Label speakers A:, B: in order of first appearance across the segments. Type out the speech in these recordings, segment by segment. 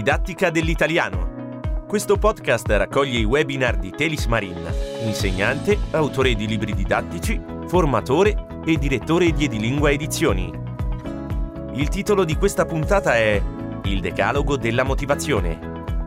A: Didattica dell'italiano. Questo podcast raccoglie i webinar di Telis Marin, insegnante, autore di libri didattici, formatore e direttore di Edilingua Edizioni. Il titolo di questa puntata è Il decalogo della motivazione.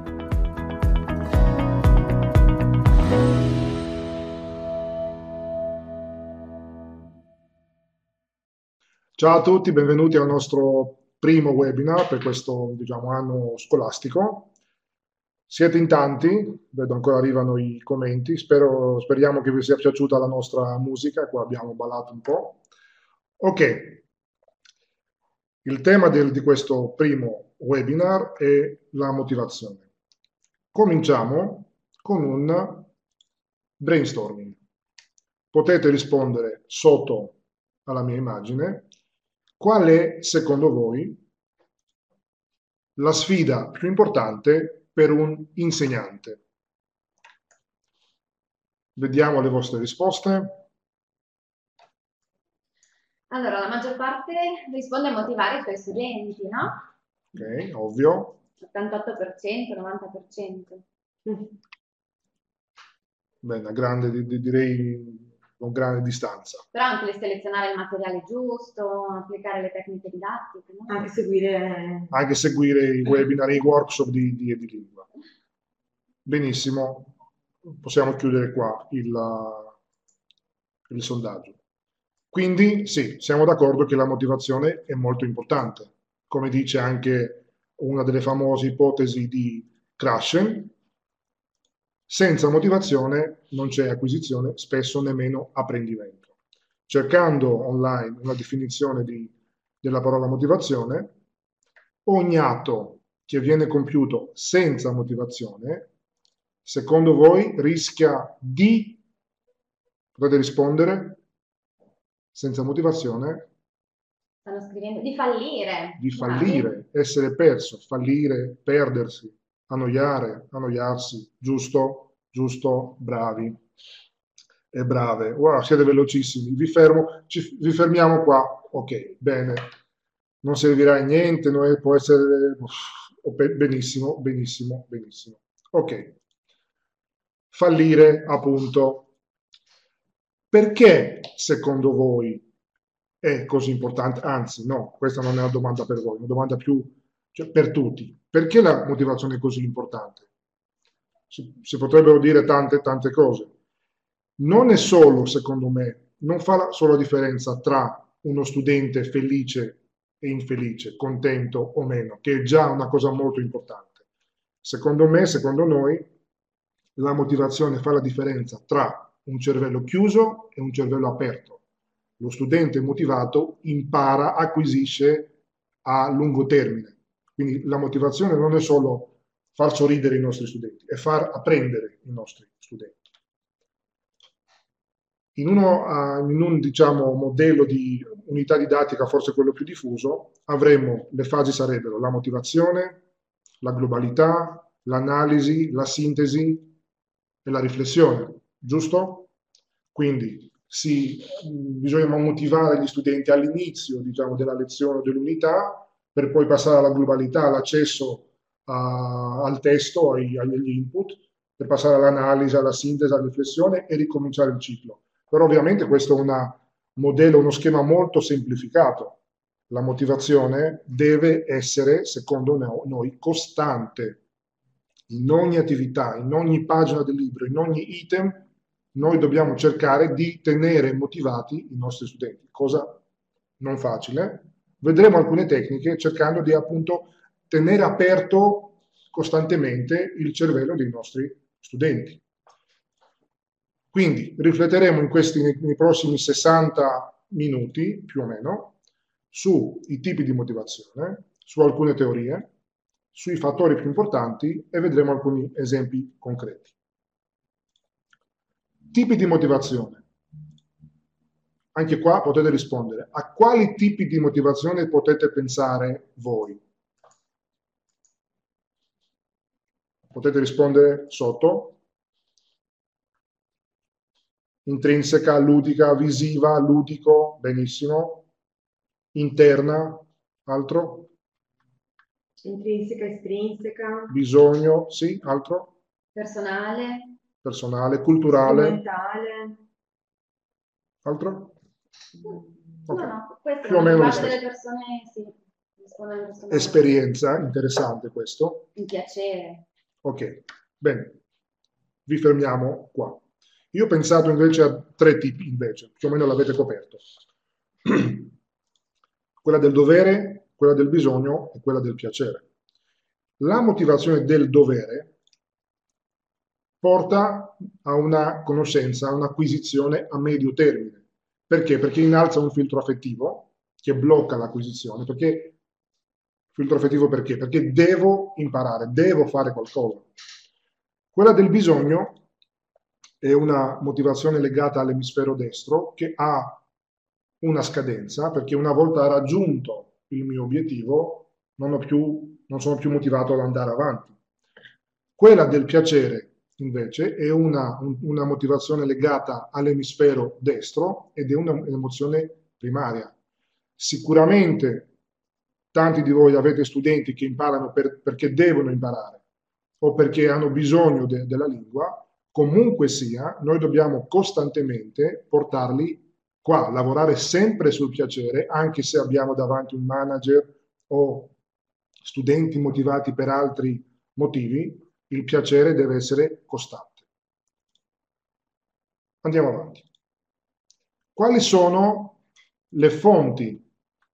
B: Ciao a tutti, benvenuti al nostro primo webinar per questo, anno scolastico. Siete in tanti, vedo ancora arrivano i commenti, speriamo che vi sia piaciuta la nostra musica, qua abbiamo ballato un po'. Ok, il tema di questo primo webinar è la motivazione. Cominciamo con un brainstorming. Potete rispondere sotto alla mia immagine. Qual è, secondo voi, la sfida più importante per un insegnante? Vediamo le vostre risposte.
C: Allora, la maggior parte risponde a motivare i suoi studenti, no?
B: Ok, ovvio.
C: 88%, 90%.
B: Beh, una grande, direi, con grande distanza.
C: Però anche selezionare il materiale giusto, applicare le tecniche didattiche, no?
B: Anche seguire i webinar e i workshop di Edilingua. Benissimo, possiamo chiudere qua il sondaggio. Quindi sì, siamo d'accordo che la motivazione è molto importante. Come dice anche una delle famose ipotesi di Krashen, senza motivazione non c'è acquisizione, spesso nemmeno apprendimento. Cercando online una definizione della parola motivazione, ogni atto che viene compiuto senza motivazione, secondo voi rischia potete rispondere, senza motivazione?
C: Stanno scrivendo di fallire.
B: Di fallire, essere perso, fallire, perdersi, annoiarsi, giusto, bravi e brave. Wow, siete velocissimi, vi fermiamo qua, ok, bene, non servirà a niente, può essere, benissimo, ok, fallire appunto. Perché secondo voi è così importante? Anzi, no, questa non è una domanda per voi, è una domanda più per tutti. Perché la motivazione è così importante? Si potrebbero dire tante cose. Non è solo, secondo me, non fa solo la differenza tra uno studente felice e infelice, contento o meno, che è già una cosa molto importante. Secondo me, secondo noi, la motivazione fa la differenza tra un cervello chiuso e un cervello aperto. Lo studente motivato impara, acquisisce a lungo termine. Quindi la motivazione non è solo far sorridere i nostri studenti, è far apprendere i nostri studenti. In un modello di unità didattica, forse quello più diffuso, le fasi sarebbero la motivazione, la globalità, l'analisi, la sintesi e la riflessione, giusto? Quindi bisogna motivare gli studenti all'inizio, della lezione o dell'unità, per poi passare alla globalità, all'accesso al testo, agli input, per passare all'analisi, alla sintesi, alla riflessione e ricominciare il ciclo. Però ovviamente questo è uno schema molto semplificato. La motivazione deve essere, secondo noi, costante. In ogni attività, in ogni pagina del libro, in ogni item, noi dobbiamo cercare di tenere motivati i nostri studenti, cosa non facile. Vedremo alcune tecniche cercando di appunto tenere aperto costantemente il cervello dei nostri studenti. Quindi rifletteremo nei prossimi 60 minuti, più o meno, sui tipi di motivazione, su alcune teorie, sui fattori più importanti e vedremo alcuni esempi concreti. Tipi di motivazione. Anche qua potete rispondere. A quali tipi di motivazione potete pensare voi? Potete rispondere sotto. Intrinseca, ludica, visiva, ludico, benissimo. Interna, altro?
D: Intrinseca, estrinseca,
B: bisogno, sì, altro?
C: Personale.
B: Personale, culturale,
D: strumentale.
B: altro? Ok.
C: No, questo
B: Più o
C: la
B: meno
C: maggior
B: lo
C: parte delle
B: stesso.
C: persone sì, rispondono in questo modo.
B: Esperienza, interessante questo.
C: Il piacere.
B: Ok, bene, vi fermiamo qua. Io ho pensato invece a 3 tipi, invece, più o meno l'avete coperto. Quella del dovere, quella del bisogno e quella del piacere. La motivazione del dovere porta a una conoscenza, a un'acquisizione a medio termine. Perché? Perché innalza un filtro affettivo che blocca l'acquisizione. Perché filtro affettivo perché? Perché devo imparare, devo fare qualcosa. Quella del bisogno è una motivazione legata all'emisfero destro che ha una scadenza, perché una volta raggiunto il mio obiettivo non sono più motivato ad andare avanti. Quella del piacere, invece, è una motivazione legata all'emisfero destro ed è un'emozione primaria. Sicuramente tanti di voi avete studenti che imparano perché devono imparare o perché hanno bisogno della lingua, comunque sia, noi dobbiamo costantemente portarli qua, lavorare sempre sul piacere, anche se abbiamo davanti un manager o studenti motivati per altri motivi, il piacere deve essere costante. Andiamo avanti. Quali sono le fonti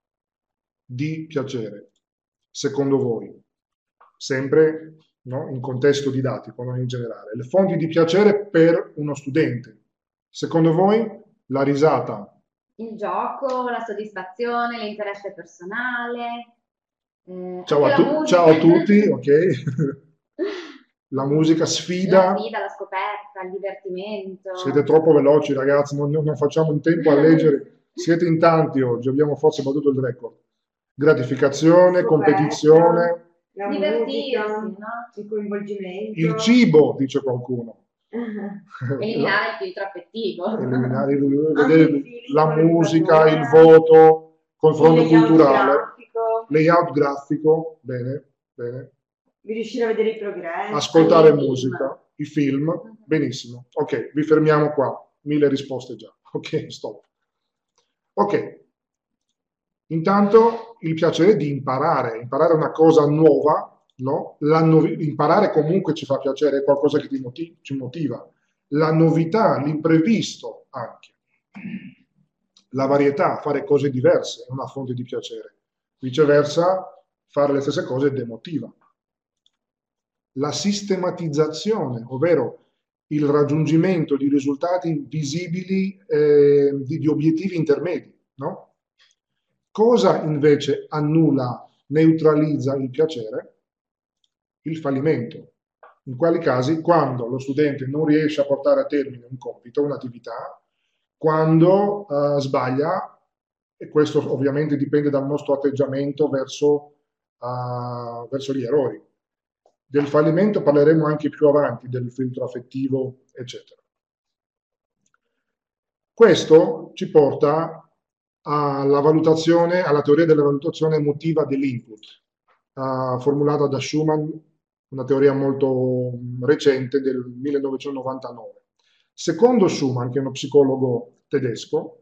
B: di piacere, secondo voi? Sempre, no, in contesto didattico, non in generale. Le fonti di piacere per uno studente. Secondo voi, la risata?
C: Il gioco, la soddisfazione, l'interesse personale,
B: Ciao
C: anche la musica.
B: ciao a tutti, ok? La musica,
C: La
B: sfida.
C: sfida, la scoperta, il divertimento.
B: Siete troppo veloci, ragazzi, non facciamo in tempo a leggere. Siete in tanti oggi, abbiamo forse battuto il record. Gratificazione,
D: Scoperta,
B: competizione.
D: la
C: Divertirsi,
D: musica,
C: no?
D: il coinvolgimento.
B: Il cibo, dice qualcuno.
C: Eliminare il filtro affettivo.
B: Eliminare,
D: Anche
B: vedere
D: il feeling
B: la
D: con il
B: musica, il
D: padrone,
B: voto, confronto
D: il layout
B: culturale,
D: grafico,
B: layout grafico, bene, bene.
D: di riuscire a vedere i progressi.
B: Ascoltare
C: Anche i film.
B: musica, i film, benissimo. Ok, vi fermiamo qua. 1000 risposte già. Ok, stop. Ok. Intanto il piacere di imparare una cosa nuova, no? Imparare comunque ci fa piacere, è qualcosa che ci motiva. La novità, l'imprevisto anche. La varietà, fare cose diverse è una fonte di piacere. Viceversa, fare le stesse cose demotiva. La sistematizzazione, ovvero il raggiungimento di risultati visibili, di obiettivi intermedi, no? Cosa invece annulla, neutralizza il piacere? Il fallimento. In quali casi? Quando lo studente non riesce a portare a termine un compito, un'attività, quando sbaglia, e questo ovviamente dipende dal nostro atteggiamento verso gli errori. Del fallimento parleremo anche più avanti, del filtro affettivo, eccetera. Questo ci porta alla valutazione, alla teoria della valutazione emotiva dell'input, formulata da Schumann, una teoria molto recente del 1999. Secondo Schumann, che è uno psicologo tedesco,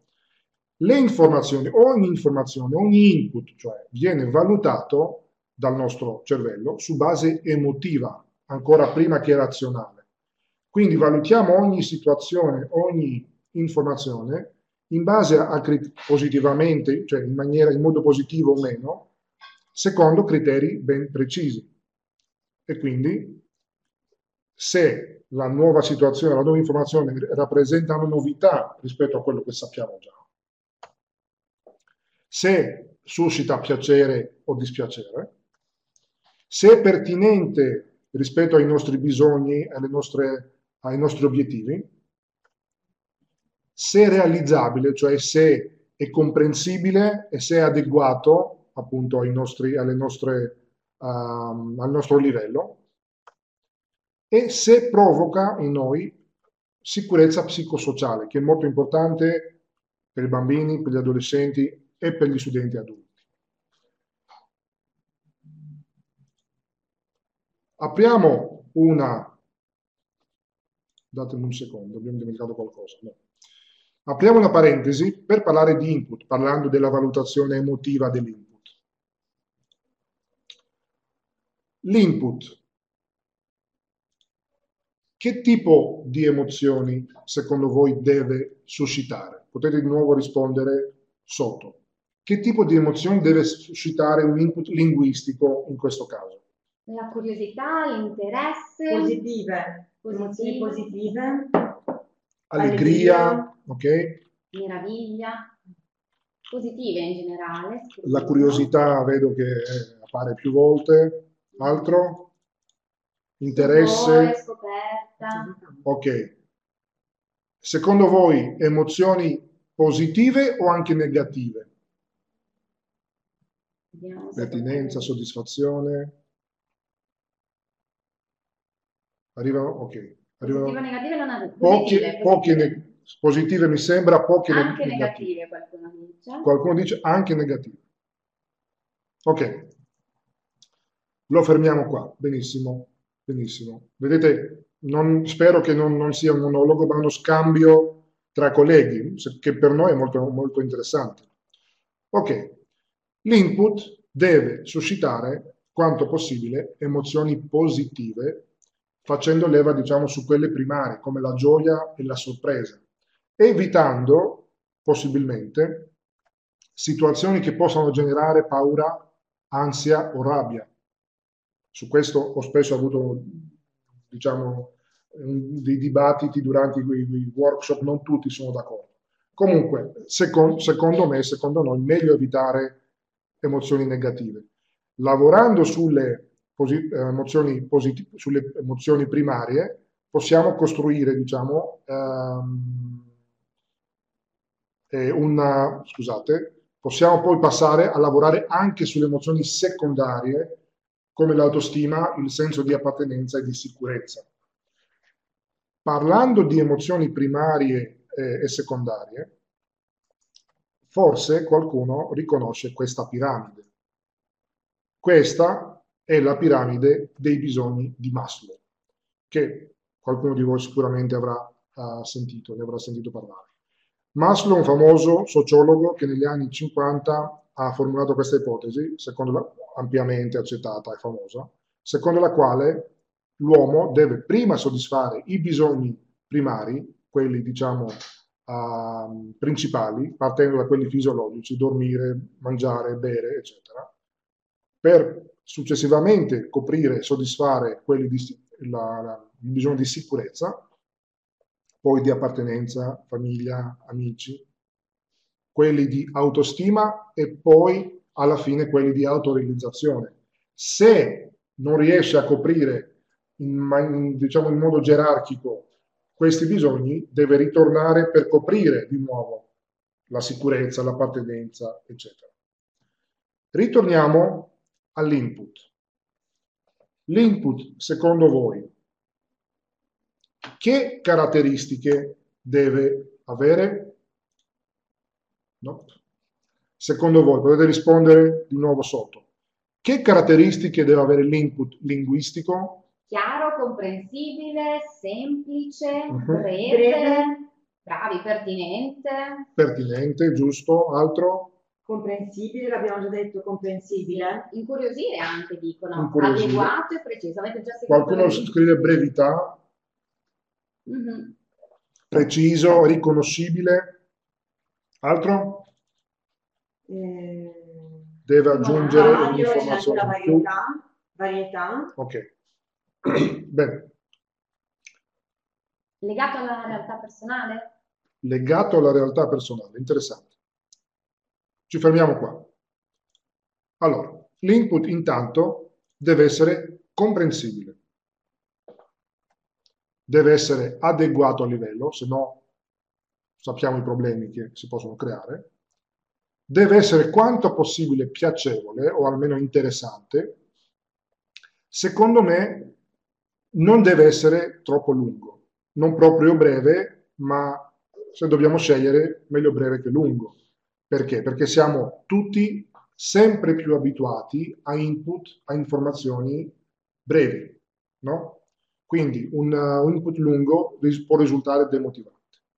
B: ogni informazione, ogni input, cioè, viene valutato dal nostro cervello su base emotiva, ancora prima che razionale. Quindi valutiamo ogni situazione, ogni informazione in base positivamente, cioè in modo positivo o meno, secondo criteri ben precisi. E quindi se la nuova situazione, la nuova informazione rappresenta una novità rispetto a quello che sappiamo già, se suscita piacere o dispiacere, se è pertinente rispetto ai nostri bisogni, ai nostri obiettivi, se è realizzabile, cioè se è comprensibile e se è adeguato appunto al nostro livello, e se provoca in noi sicurezza psicosociale, che è molto importante per i bambini, per gli adolescenti e per gli studenti adulti. Apriamo una... Datemi un secondo, abbiamo dimenticato qualcosa. No. Apriamo una parentesi per parlare di input, parlando della valutazione emotiva dell'input. L'input. Che tipo di emozioni, secondo voi, deve suscitare? Potete di nuovo rispondere sotto. Che tipo di emozioni deve suscitare un input linguistico in questo caso?
C: La curiosità, l'interesse.
D: Positive. Emozioni positive.
B: Allegria, ok?
C: Meraviglia. Positive in generale.
B: La curiosità vedo che appare più volte. Altro? Interesse?
C: Stupore, scoperta.
B: Ok. Secondo voi emozioni positive o anche negative?
C: Vediamo se
B: Pertinenza,
C: potrebbe-
B: soddisfazione? Arrivano? Ok.
C: Positive o
B: Arrivano
C: negative non ha
B: poche, positive mi sembra, poche
C: Anche
B: negative.
C: negative qualcuno dice.
B: Qualcuno dice anche negative. Ok. Lo fermiamo qua. Benissimo. Benissimo. Vedete, spero che non sia un monologo, ma uno scambio tra colleghi, che per noi è molto, molto interessante. Ok. L'input deve suscitare quanto possibile emozioni positive, facendo leva, diciamo, su quelle primarie, come la gioia e la sorpresa, evitando possibilmente situazioni che possano generare paura, ansia o rabbia. Su questo ho spesso avuto, diciamo, dei dibattiti durante i workshop, non tutti sono d'accordo. Comunque, secondo me, secondo noi, meglio evitare emozioni negative. Lavorando sulle sulle emozioni primarie, possiamo costruire, diciamo, possiamo poi passare a lavorare anche sulle emozioni secondarie, come l'autostima, il senso di appartenenza e di sicurezza. Parlando di emozioni primarie e secondarie, forse qualcuno riconosce questa piramide. Questa è la piramide dei bisogni di Maslow, che qualcuno di voi sicuramente avrà sentito, ne avrà sentito parlare. Maslow è un famoso sociologo che negli anni 50 ha formulato questa ipotesi, ampiamente accettata e famosa, secondo la quale l'uomo deve prima soddisfare i bisogni primari, quelli diciamo principali, partendo da quelli fisiologici, dormire, mangiare, bere, eccetera, per successivamente coprire e soddisfare quelli il bisogno di sicurezza, poi di appartenenza, famiglia, amici, quelli di autostima e poi alla fine quelli di autorealizzazione. Se non riesce a coprire diciamo in modo gerarchico questi bisogni, deve ritornare per coprire di nuovo la sicurezza, l'appartenenza, eccetera. Ritorniamo all'input. L'input, secondo voi, che caratteristiche deve avere? No. Secondo voi, potete rispondere di nuovo sotto. Che caratteristiche deve avere l'input linguistico?
C: Chiaro, comprensibile, semplice,
B: Breve.
C: breve, bravi, pertinente.
B: Pertinente, giusto. Altro?
D: Comprensibile, l'abbiamo già detto, comprensibile.
C: Incuriosire anche, dicono.
B: Incuriosire.
C: Adeguato e preciso. Avete già seguito
B: Qualcuno scrive brevità, preciso, riconoscibile. Altro? Deve aggiungere
D: Vario, c'è anche
B: un'informazione
D: la
B: in più.
D: varietà.
B: Ok. Bene.
C: Legato alla realtà personale?
B: Legato alla realtà personale, interessante. Ci fermiamo qua. Allora, l'input intanto deve essere comprensibile, deve essere adeguato a livello, se no sappiamo i problemi che si possono creare, deve essere quanto possibile piacevole o almeno interessante. Secondo me non deve essere troppo lungo, non proprio breve, ma se dobbiamo scegliere meglio breve che lungo. Perché? Perché siamo tutti sempre più abituati a input, a informazioni brevi. no? Quindi un input lungo può risultare demotivante.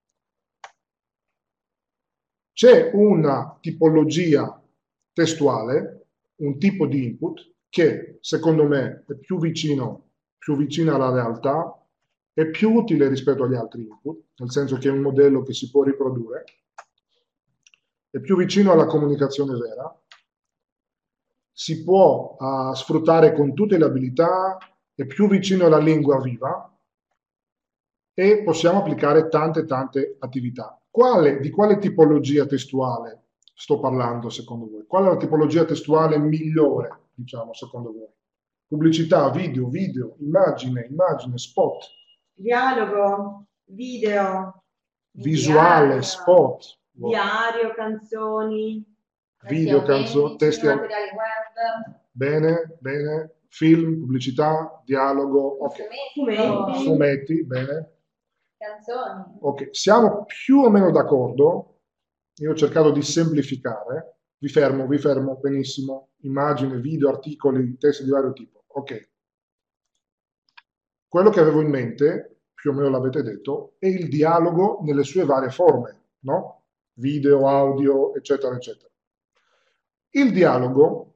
B: C'è una tipologia testuale, un tipo di input che secondo me è più vicina alla realtà, è più utile rispetto agli altri input, nel senso che è un modello che si può riprodurre, è più vicino alla comunicazione vera, si può sfruttare con tutte le abilità, è più vicino alla lingua viva e possiamo applicare tante attività. Di quale tipologia testuale sto parlando secondo voi? Qual è la tipologia testuale migliore, diciamo, secondo voi? Pubblicità, video, immagine, spot,
D: Dialogo, video,
B: visuale, spot,
D: diario, canzoni,
B: video, canzoni, testi,
C: materiali web,
B: bene, film, pubblicità, dialogo, ok. Fumetti, bene.
C: canzoni.
B: Ok, siamo più o meno d'accordo. Io ho cercato di semplificare. Vi fermo, benissimo. Immagini, video, articoli, testi di vario tipo. Ok. Quello che avevo in mente, più o meno l'avete detto, è il dialogo nelle sue varie forme, no? Video, audio, eccetera, eccetera. Il dialogo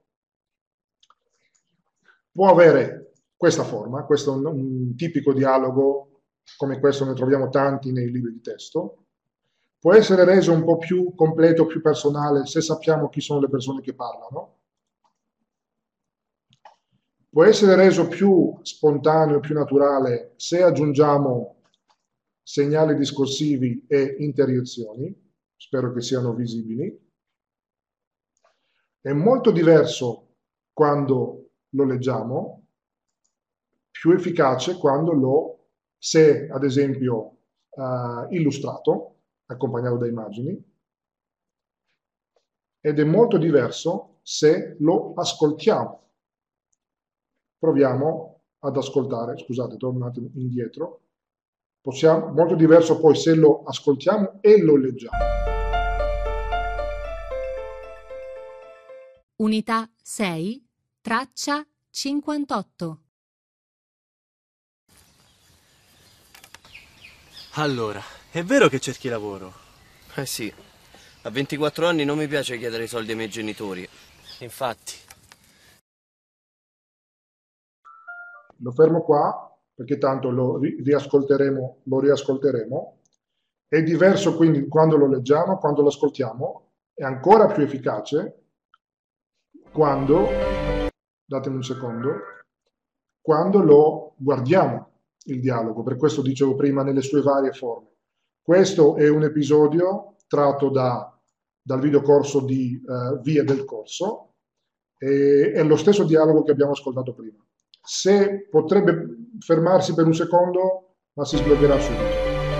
B: può avere questa forma, questo è un tipico dialogo, come questo ne troviamo tanti nei libri di testo, può essere reso un po' più completo, più personale, se sappiamo chi sono le persone che parlano, può essere reso più spontaneo, più naturale, se aggiungiamo segnali discorsivi e interiezioni, spero che siano visibili. È molto diverso quando lo leggiamo, più efficace se ad esempio illustrato, accompagnato da immagini, ed è molto diverso se lo ascoltiamo. Proviamo ad ascoltare, scusate, torno un attimo indietro, molto diverso poi se lo ascoltiamo e lo leggiamo.
E: Unità 6, traccia 58.
F: Allora, è vero che cerchi lavoro?
G: Eh sì, a 24 anni non mi piace chiedere i soldi ai miei genitori.
F: Infatti.
B: Lo fermo qua, perché tanto lo riascolteremo. È diverso quindi quando lo leggiamo, quando lo ascoltiamo, è ancora più efficace quando, datemi un secondo, quando lo guardiamo il dialogo, per questo dicevo prima nelle sue varie forme. Questo è un episodio tratto dal videocorso di Via del Corso, e è lo stesso dialogo che abbiamo ascoltato prima. Se potrebbe fermarsi per un secondo, ma si sbloccherà subito.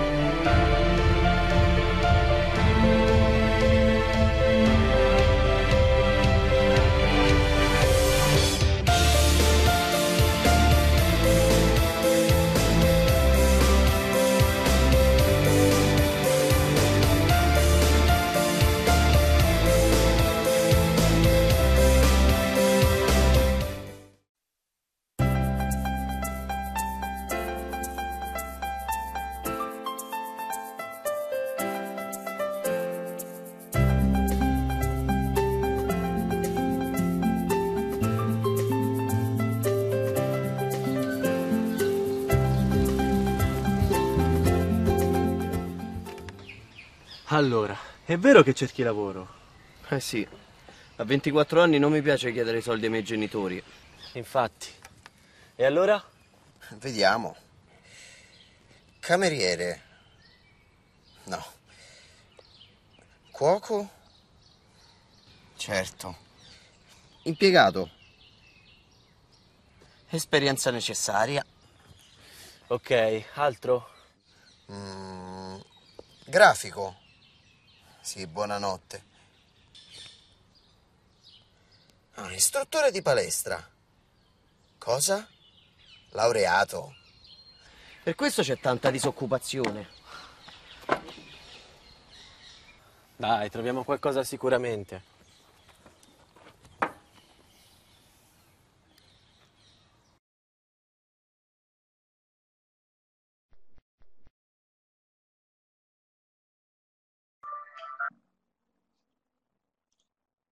F: Allora, è vero che cerchi lavoro?
G: Eh sì, a 24 anni non mi piace chiedere i soldi ai miei genitori.
F: Infatti. E allora?
H: Vediamo. Cameriere. No. Cuoco? Certo. Impiegato. Esperienza necessaria.
F: Ok, altro?
H: Grafico. Sì, buonanotte. Istruttore di palestra. Cosa? Laureato.
G: Per questo c'è tanta disoccupazione.
F: Dai, troviamo qualcosa sicuramente.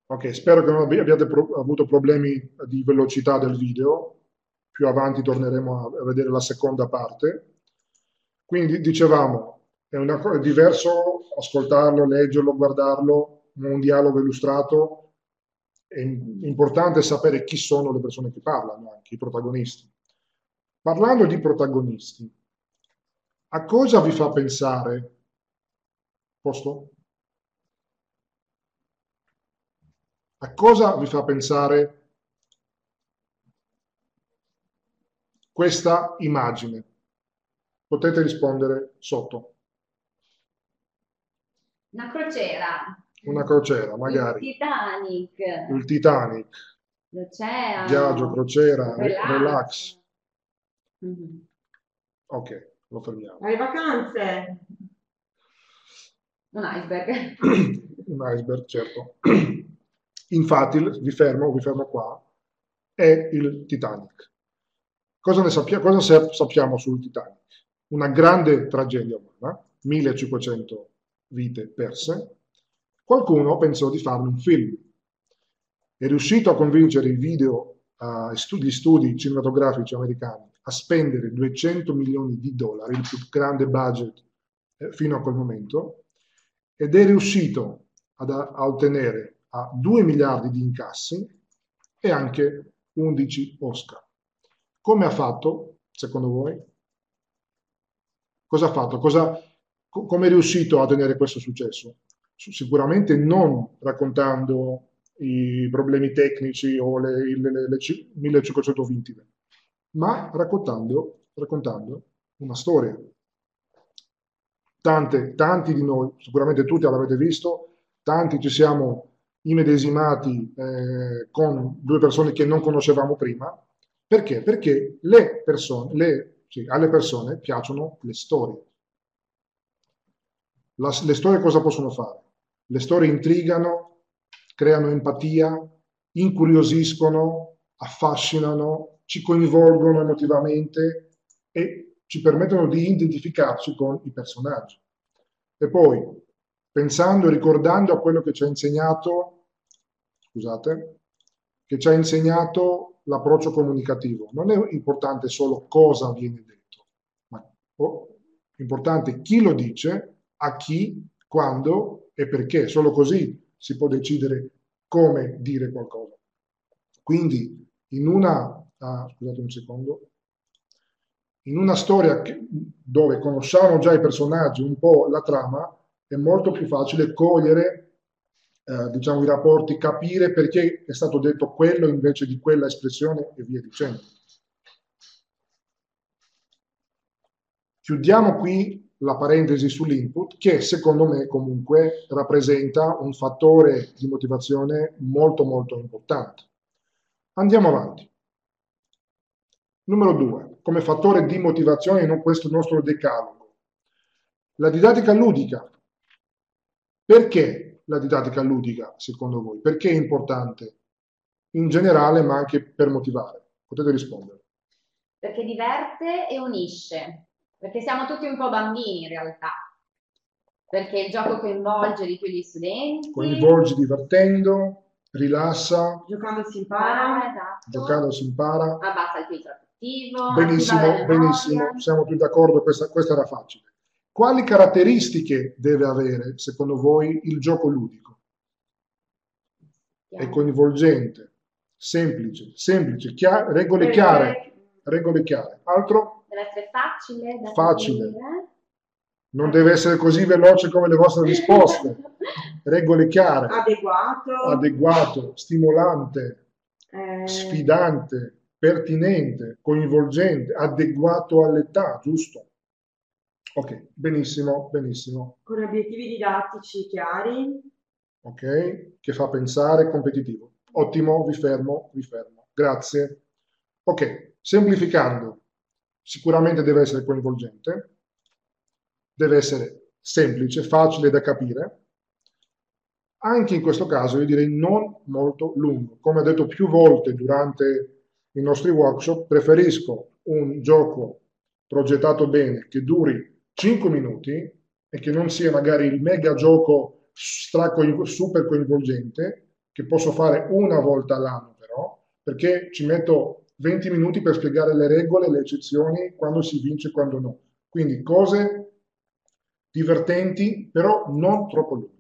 B: Ok, spero che non abbiate avuto problemi di velocità del video. Più avanti torneremo a vedere la seconda parte. Quindi dicevamo, è diverso ascoltarlo, leggerlo, guardarlo, un dialogo illustrato. È importante sapere chi sono le persone che parlano, anche i protagonisti. Parlando di protagonisti, a cosa vi fa pensare? Posto? A cosa vi fa pensare questa immagine? Potete rispondere sotto.
C: Una crociera.
B: Una crociera, magari.
C: Il Titanic.
B: Il Titanic.
C: L'oceano.
B: Viaggio, crociera,
C: Relax.
B: relax.
C: Mhm.
B: Ok, lo fermiamo.
D: Le vacanze.
C: Un iceberg.
B: Un iceberg, certo. Infatti, vi fermo qua, è il Titanic. Cosa sappiamo sul Titanic? Una grande tragedia umana, 1500 vite perse. Qualcuno pensò di farne un film. È riuscito a convincere gli studi cinematografici americani a spendere 200 milioni di dollari, il più grande budget fino a quel momento, ed è riuscito a ottenere a 2 miliardi di incassi e anche 11 Oscar. Come ha fatto, secondo voi? Cosa ha fatto? Come è riuscito a ottenere questo successo? Sicuramente non raccontando i problemi tecnici o le 1500 vittime, ma raccontando una storia. Tanti di noi, sicuramente tutti l'avete visto, tanti ci siamo immedesimati con due persone che non conoscevamo prima. Perché? Perché alle persone piacciono le storie. Le storie cosa possono fare? Le storie intrigano, creano empatia, incuriosiscono, affascinano, ci coinvolgono emotivamente e ci permettono di identificarci con i personaggi. E poi, pensando e ricordando a quello che ci ha insegnato, l'approccio comunicativo. Non è importante solo cosa viene detto, ma è importante chi lo dice, a chi, quando e perché. Solo così si può decidere come dire qualcosa. Quindi, in una storia dove conosciamo già i personaggi, un po' la trama, è molto più facile cogliere i rapporti, capire perché è stato detto quello invece di quella espressione e via dicendo. Chiudiamo qui la parentesi sull'input, che secondo me comunque rappresenta un fattore di motivazione molto molto importante. Andiamo avanti. Numero 2, come fattore di motivazione in questo nostro decalogo. La didattica ludica. Perché la didattica ludica, secondo voi? Perché è importante? In generale, ma anche per motivare. Potete rispondere.
C: Perché diverte e unisce. Perché siamo tutti un po' bambini in realtà. Perché il gioco coinvolge di più gli studenti.
B: Coinvolge divertendo, rilassa.
D: Giocando si impara.
C: Esatto.
B: Giocando si impara.
C: Abbassa il filtro affettivo.
B: Benissimo, benissimo. Siamo tutti d'accordo, questa era facile. Quali caratteristiche deve avere, secondo voi, il gioco ludico? È coinvolgente, semplice, regole chiare. Altro?
C: Deve essere facile da
B: Facile.
C: capire.
B: Non deve essere così veloce come le vostre risposte. Regole chiare. Adeguato, stimolante, sfidante, pertinente, coinvolgente, adeguato all'età, giusto? Ok, benissimo, benissimo.
D: Con obiettivi didattici chiari.
B: Ok, che fa pensare, competitivo. Ottimo, vi fermo. Grazie. Ok, semplificando, sicuramente deve essere coinvolgente, deve essere semplice, facile da capire. Anche in questo caso io direi non molto lungo. Come ho detto più volte durante i nostri workshop, preferisco un gioco progettato bene che duri 5 minuti e che non sia magari il mega gioco super coinvolgente, che posso fare una volta all'anno però, perché ci metto 20 minuti per spiegare le regole, le eccezioni, quando si vince e quando no. Quindi cose divertenti, però non troppo lunghe.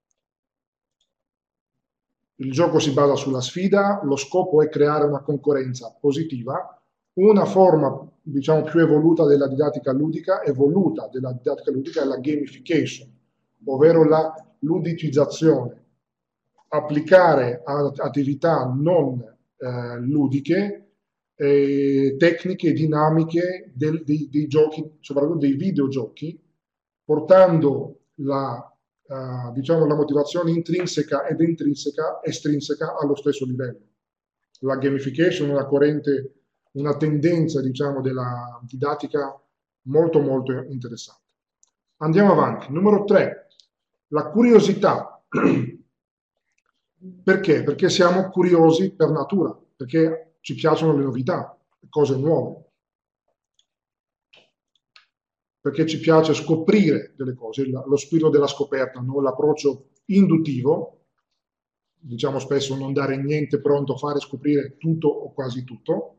B: Il gioco si basa sulla sfida, lo scopo è creare una concorrenza positiva. Una forma, diciamo, più evoluta della didattica ludica è la gamification, ovvero la ludicizzazione. Applicare a attività non ludiche tecniche dinamiche dei giochi, soprattutto dei videogiochi, portando diciamo, la motivazione intrinseca ed estrinseca allo stesso livello. La gamification è una corrente, una tendenza, diciamo, della didattica molto molto interessante. Andiamo avanti. Numero 3, la curiosità. Perché? Perché siamo curiosi per natura, perché ci piacciono le novità, le cose nuove, perché ci piace scoprire delle cose, lo spirito della scoperta, no? L'approccio induttivo, diciamo spesso non dare niente pronto, fare scoprire tutto o quasi tutto.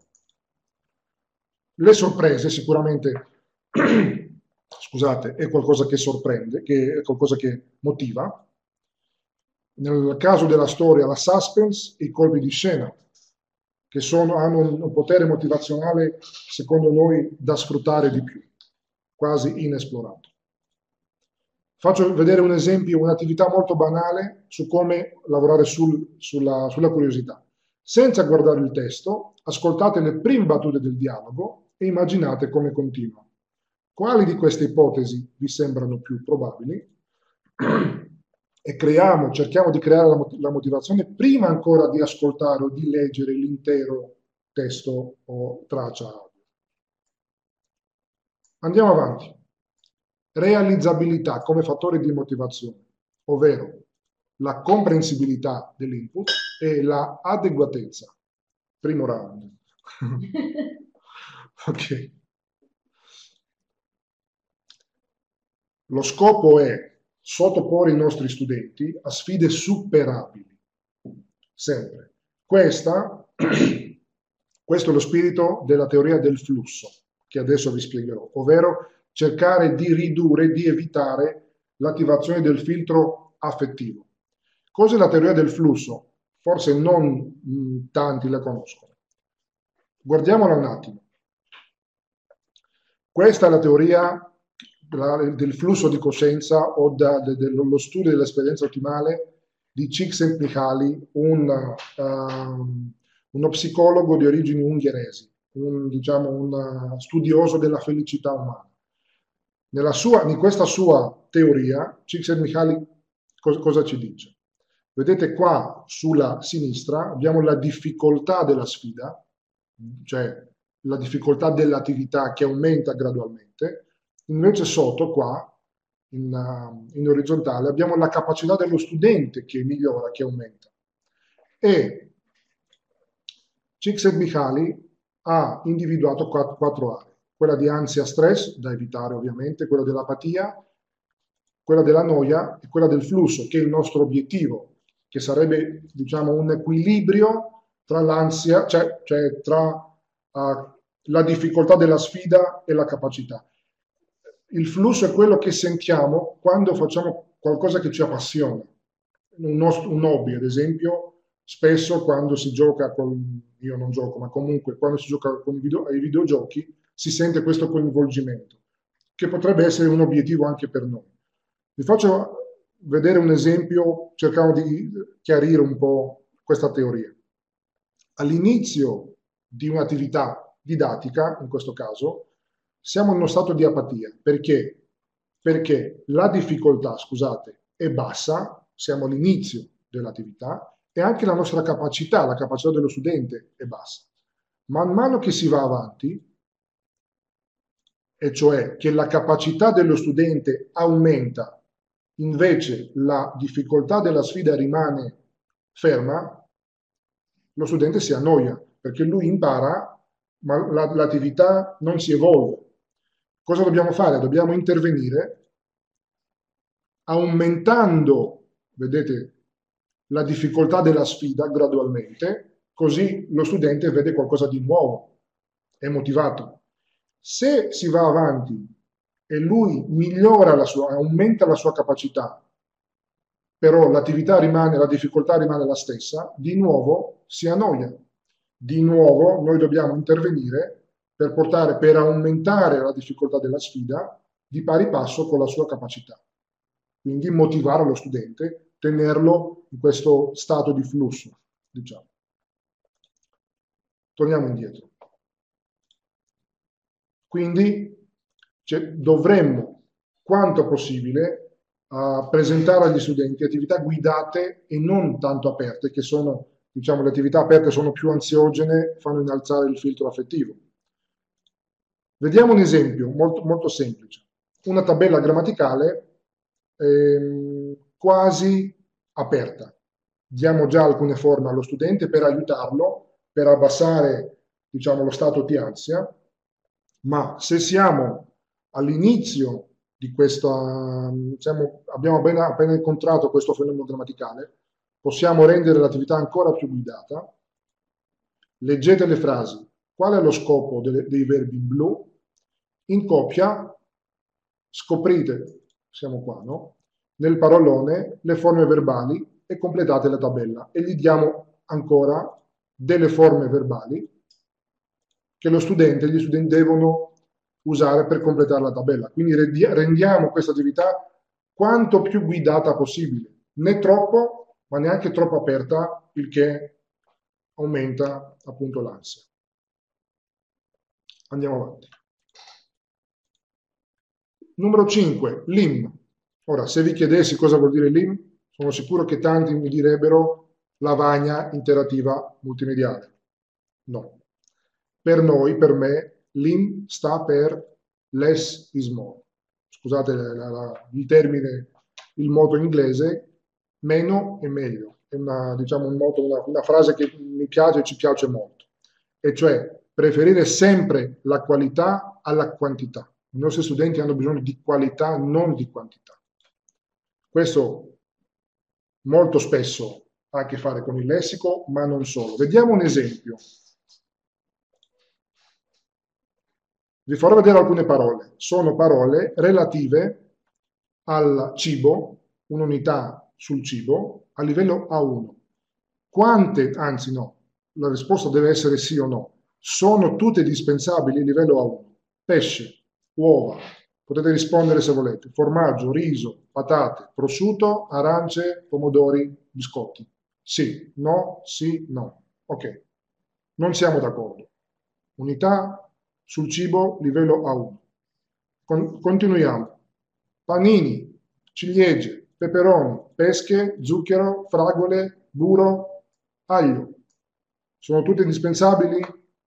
B: Le sorprese sicuramente, scusate, è qualcosa che sorprende, è qualcosa che motiva. Nel caso della storia, la suspense e i colpi di scena, che hanno un potere motivazionale, secondo noi, da sfruttare di più, quasi inesplorato. Faccio vedere un esempio, un'attività molto banale su come lavorare sulla curiosità. Senza guardare il testo, ascoltate le prime battute del dialogo e immaginate come continua. Quali di queste ipotesi vi sembrano più probabili? E cerchiamo di creare la motivazione prima ancora di ascoltare o di leggere l'intero testo o traccia audio. Andiamo avanti. Realizzabilità come fattore di motivazione, ovvero la comprensibilità dell'input e la adeguatezza. Primo round. Ok. Lo scopo è sottoporre i nostri studenti a sfide superabili, sempre. Questo è lo spirito della teoria del flusso, che adesso vi spiegherò, ovvero cercare di ridurre, di evitare l'attivazione del filtro affettivo. Cos'è la teoria del flusso? Forse non tanti la conoscono. Guardiamola un attimo. Questa è la teoria del flusso di coscienza o dello studio dell'esperienza ottimale di Csikszentmihalyi, uno psicologo di origini ungheresi, un studioso della felicità umana. In questa sua teoria, Csikszentmihalyi cosa ci dice? Vedete qua sulla sinistra abbiamo la difficoltà della sfida, cioè la difficoltà dell'attività che aumenta gradualmente. Invece sotto qua, in orizzontale, abbiamo la capacità dello studente che migliora, che aumenta. E Csikszentmihalyi ha individuato quattro aree. Quella di ansia stress, da evitare ovviamente, quella dell'apatia, quella della noia e quella del flusso, che è il nostro obiettivo, che sarebbe, diciamo, un equilibrio tra l'ansia, cioè tra la difficoltà della sfida e la capacità. Il flusso è quello che sentiamo quando facciamo qualcosa che ci appassiona. Un hobby, ad esempio, spesso quando si gioca io non gioco, ma comunque quando si gioca ai videogiochi si sente questo coinvolgimento, che potrebbe essere un obiettivo anche per noi. Vi faccio vedere un esempio, cercando di chiarire un po' questa teoria. All'inizio di un'attività didattica, in questo caso, siamo in uno stato di apatia. Perché? Perché la difficoltà, scusate, è bassa, siamo all'inizio dell'attività, e anche la nostra capacità, la capacità dello studente è bassa. Man mano che si va avanti, e cioè che la capacità dello studente aumenta, invece la difficoltà della sfida rimane ferma, lo studente si annoia, perché lui impara, ma l'attività non si evolve. Cosa dobbiamo fare? Dobbiamo intervenire aumentando, vedete, la difficoltà della sfida gradualmente, così lo studente vede qualcosa di nuovo, è motivato. Se si va avanti e lui migliora aumenta la sua capacità, però la difficoltà rimane la stessa, di nuovo si annoia. Di nuovo noi dobbiamo intervenire per aumentare la difficoltà della sfida di pari passo con la sua capacità. Quindi motivare lo studente, tenerlo in questo stato di flusso, diciamo. Torniamo indietro. Quindi dovremmo, quanto possibile, presentare agli studenti attività guidate e non tanto aperte, che sono, diciamo, le attività aperte sono più ansiogene, fanno innalzare il filtro affettivo. Vediamo un esempio molto, molto semplice. Una tabella grammaticale quasi aperta. Diamo già alcune forme allo studente per aiutarlo, per abbassare, diciamo, lo stato di ansia, ma se siamo all'inizio di questa, abbiamo appena incontrato questo fenomeno grammaticale, possiamo rendere l'attività ancora più guidata. Leggete le frasi. Qual è lo scopo dei verbi in blu? In coppia scoprite, siamo qua, no? Nel parolone le forme verbali e completate la tabella e gli diamo ancora delle forme verbali che gli studenti devono usare per completare la tabella. Quindi rendiamo questa attività quanto più guidata possibile, né troppo, ma neanche troppo aperta, il che aumenta appunto l'ansia. Andiamo avanti. Numero 5, LIM. Ora, se vi chiedessi cosa vuol dire LIM, sono sicuro che tanti mi direbbero lavagna interattiva multimediale. No. Per noi, per me, LIM sta per less is more. Scusate il termine, il moto inglese, meno è meglio. È una frase che mi piace e ci piace molto. E cioè, preferire sempre la qualità alla quantità. I nostri studenti hanno bisogno di qualità, non di quantità. Questo molto spesso ha a che fare con il lessico, ma non solo. Vediamo un esempio. Vi farò vedere alcune parole. Sono parole relative al cibo, un'unità sul cibo, a livello A1. Quante, anzi no, la risposta deve essere sì o no. Sono tutte dispensabili a livello A1. Pesce, uova, potete rispondere se volete, formaggio, riso, patate, prosciutto, arance, pomodori, biscotti. Sì, no, sì, no. Ok, non siamo d'accordo. Unità sul cibo, livello A1. Continuiamo. Panini, ciliegie, peperoni, pesche, zucchero, fragole, burro, aglio. Sono tutte indispensabili?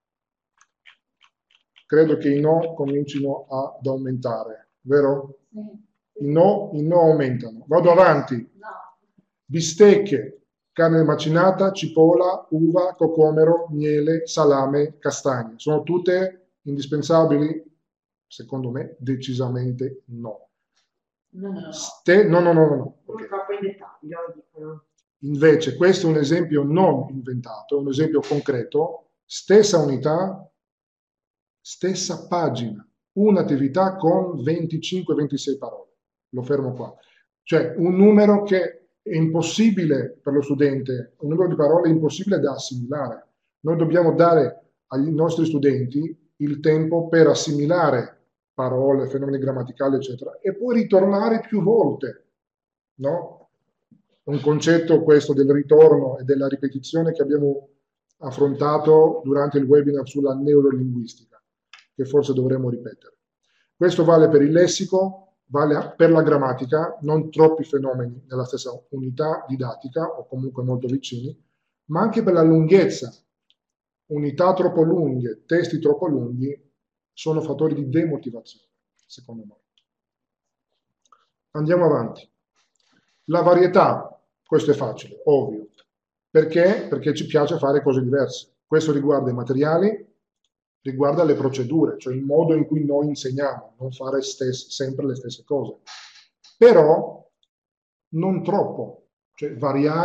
B: Credo che i no comincino ad aumentare, vero? Sì. I no aumentano. Vado avanti. No. Bistecche, carne macinata, cipolla, uva, cocomero, miele, salame, castagne. Sono tutte indispensabili? Secondo me decisamente no. No. Okay.
D: Troppo in dettaglio, dicono.
B: Invece questo è un esempio non inventato, è un esempio concreto, stessa unità, stessa pagina, un'attività con 25-26 parole. Lo fermo qua. Cioè un numero che è impossibile per lo studente, un numero di parole impossibile da assimilare. Noi dobbiamo dare ai nostri studenti il tempo per assimilare parole, fenomeni grammaticali, eccetera, e poi ritornare più volte, no? Un concetto questo del ritorno e della ripetizione che abbiamo affrontato durante il webinar sulla neurolinguistica, che forse dovremmo ripetere. Questo vale per il lessico, vale per la grammatica, non troppi fenomeni nella stessa unità didattica o comunque molto vicini, ma anche per la lunghezza. Unità troppo lunghe, testi troppo lunghi sono fattori di demotivazione, secondo me. Andiamo avanti. La varietà, questo è facile, ovvio. Perché? Perché ci piace fare cose diverse. Questo riguarda i materiali, riguarda le procedure, cioè il modo in cui noi insegniamo, non fare sempre le stesse cose. Però non troppo, cioè variare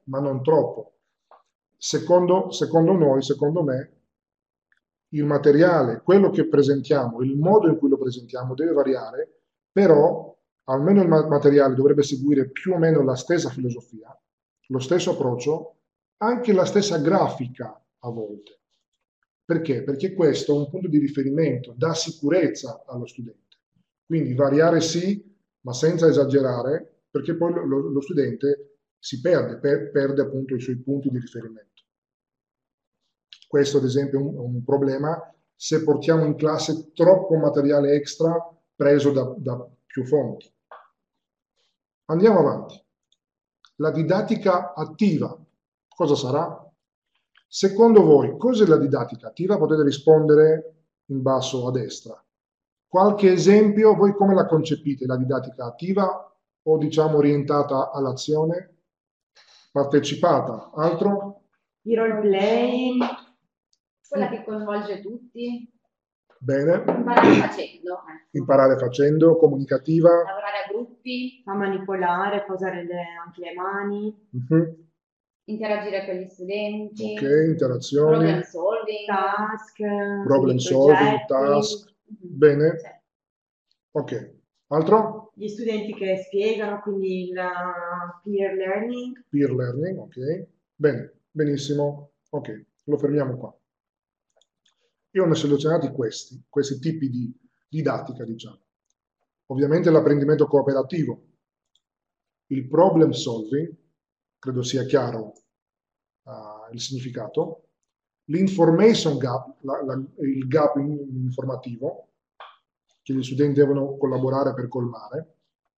B: ma non troppo. Secondo me, il materiale, quello che presentiamo, il modo in cui lo presentiamo deve variare, però almeno il materiale dovrebbe seguire più o meno la stessa filosofia, lo stesso approccio, anche la stessa grafica a volte. Perché? Perché questo è un punto di riferimento, dà sicurezza allo studente. Quindi variare sì, ma senza esagerare, perché poi lo studente si perde appunto i suoi punti di riferimento. Questo ad esempio è un problema se portiamo in classe troppo materiale extra preso da più fonti. Andiamo avanti. La didattica attiva, cosa sarà? Secondo voi, cos'è la didattica attiva? Potete rispondere in basso a destra. Qualche esempio, voi come la concepite, la didattica attiva o diciamo orientata all'azione? Partecipata, altro?
D: Il role playing.
C: Quella che coinvolge tutti.
B: Bene.
C: Imparare facendo.
B: Imparare facendo, comunicativa.
C: Lavorare a gruppi.
D: A manipolare, fa usare anche le mani.
C: Interagire con gli studenti.
B: Ok, interazioni.
C: Problem solving.
D: Task.
B: Problem solving, task. Bene.
C: Sì.
B: Ok. Altro?
D: Gli studenti che spiegano, quindi il peer learning.
B: Peer learning, ok. Bene, benissimo. Ok, lo fermiamo qua. Io ne ho selezionati questi tipi di didattica, diciamo. Ovviamente l'apprendimento cooperativo, il problem solving, credo sia chiaro il significato, l'information gap, il gap informativo, che gli studenti devono collaborare per colmare,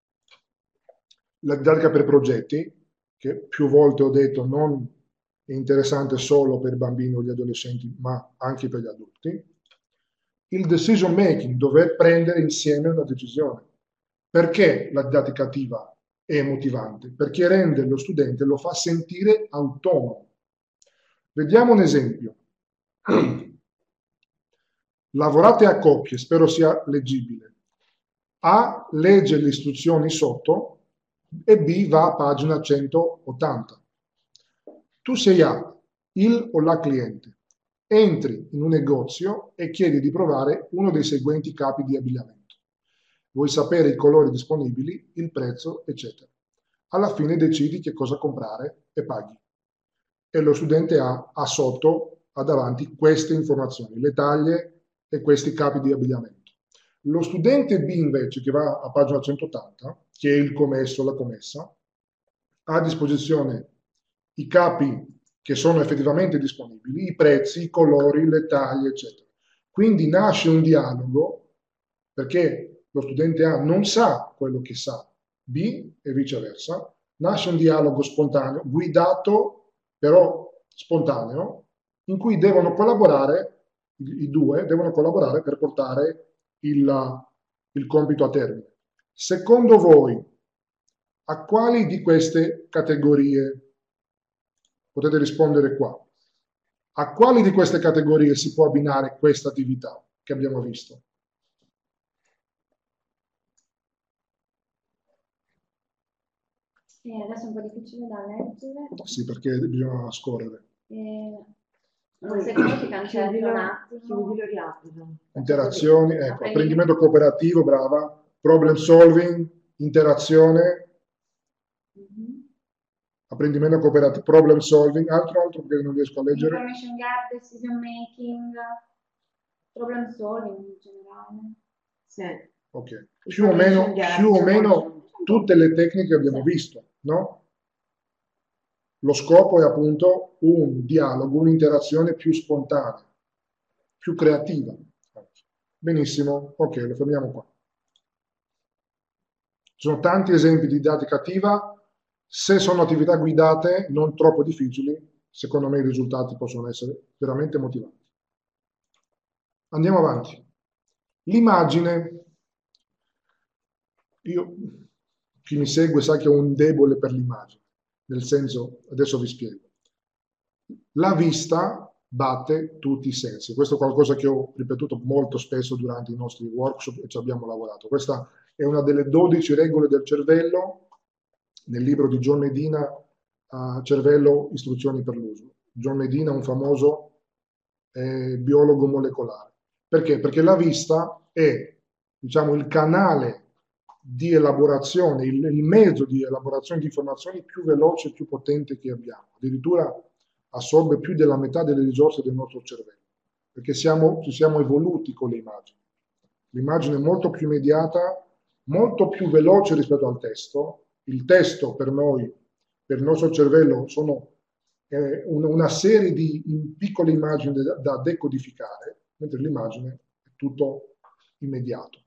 B: la didattica per progetti, che più volte ho detto non è interessante solo per i bambini o gli adolescenti, ma anche per gli adulti. Il decision making, dover prendere insieme una decisione. Perché la didattica attiva è motivante? Perché rende lo studente, lo fa sentire autonomo. Vediamo un esempio. Lavorate a coppie, spero sia leggibile. A legge le istruzioni sotto e B va a pagina 180. Tu sei A, il o la cliente. Entri in un negozio e chiedi di provare uno dei seguenti capi di abbigliamento. Vuoi sapere i colori disponibili, il prezzo, eccetera. Alla fine decidi che cosa comprare e paghi. E lo studente A ha sotto, ha davanti queste informazioni, le taglie e questi capi di abbigliamento. Lo studente B invece, che va a pagina 180, che è il commesso, la commessa, ha a disposizione i capi che sono effettivamente disponibili, i prezzi, i colori, le taglie, eccetera. Quindi nasce un dialogo perché lo studente A non sa quello che sa B e viceversa. Nasce un dialogo spontaneo, guidato, però spontaneo, in cui devono collaborare, i due devono collaborare per portare il compito a termine. Secondo voi, a quali di queste categorie potete rispondere qua? A quali di queste categorie si può abbinare questa attività che abbiamo visto?
C: Adesso è un po' difficile da leggere.
B: Sì, perché bisogna scorrere.
C: Un secondo ti cancello un attimo.
B: Interazioni, ecco, apprendimento cooperativo, brava. Problem solving, interazione. Apprendimento cooperativo, problem solving, altro perché non riesco a leggere.
C: Information gap, decision making, problem solving in generale.
D: Sì.
B: Ok, più o meno tutte le tecniche che abbiamo visto, no? Lo scopo è appunto un dialogo, un'interazione più spontanea, più creativa. Benissimo, ok, lo fermiamo qua. Ci sono tanti esempi di didattica attiva. Se sono attività guidate, non troppo difficili, secondo me i risultati possono essere veramente motivanti. Andiamo avanti. L'immagine. Chi mi segue sa che ho un debole per l'immagine, nel senso, adesso vi spiego. La vista batte tutti i sensi. Questo è qualcosa che ho ripetuto molto spesso durante i nostri workshop e ci abbiamo lavorato. Questa è una delle 12 regole del cervello. Nel libro di John Medina cervello, istruzioni per l'uso. John Medina, un famoso biologo molecolare. Perché? Perché la vista è, diciamo, il canale di elaborazione, il mezzo di elaborazione di informazioni più veloce e più potente che abbiamo. Addirittura assorbe più della metà delle risorse del nostro cervello, perché ci siamo evoluti con le immagini. L'immagine è molto più immediata, molto più veloce rispetto al testo. Il testo per noi, per il nostro cervello, sono una serie di piccole immagini da decodificare, mentre l'immagine è tutto immediato.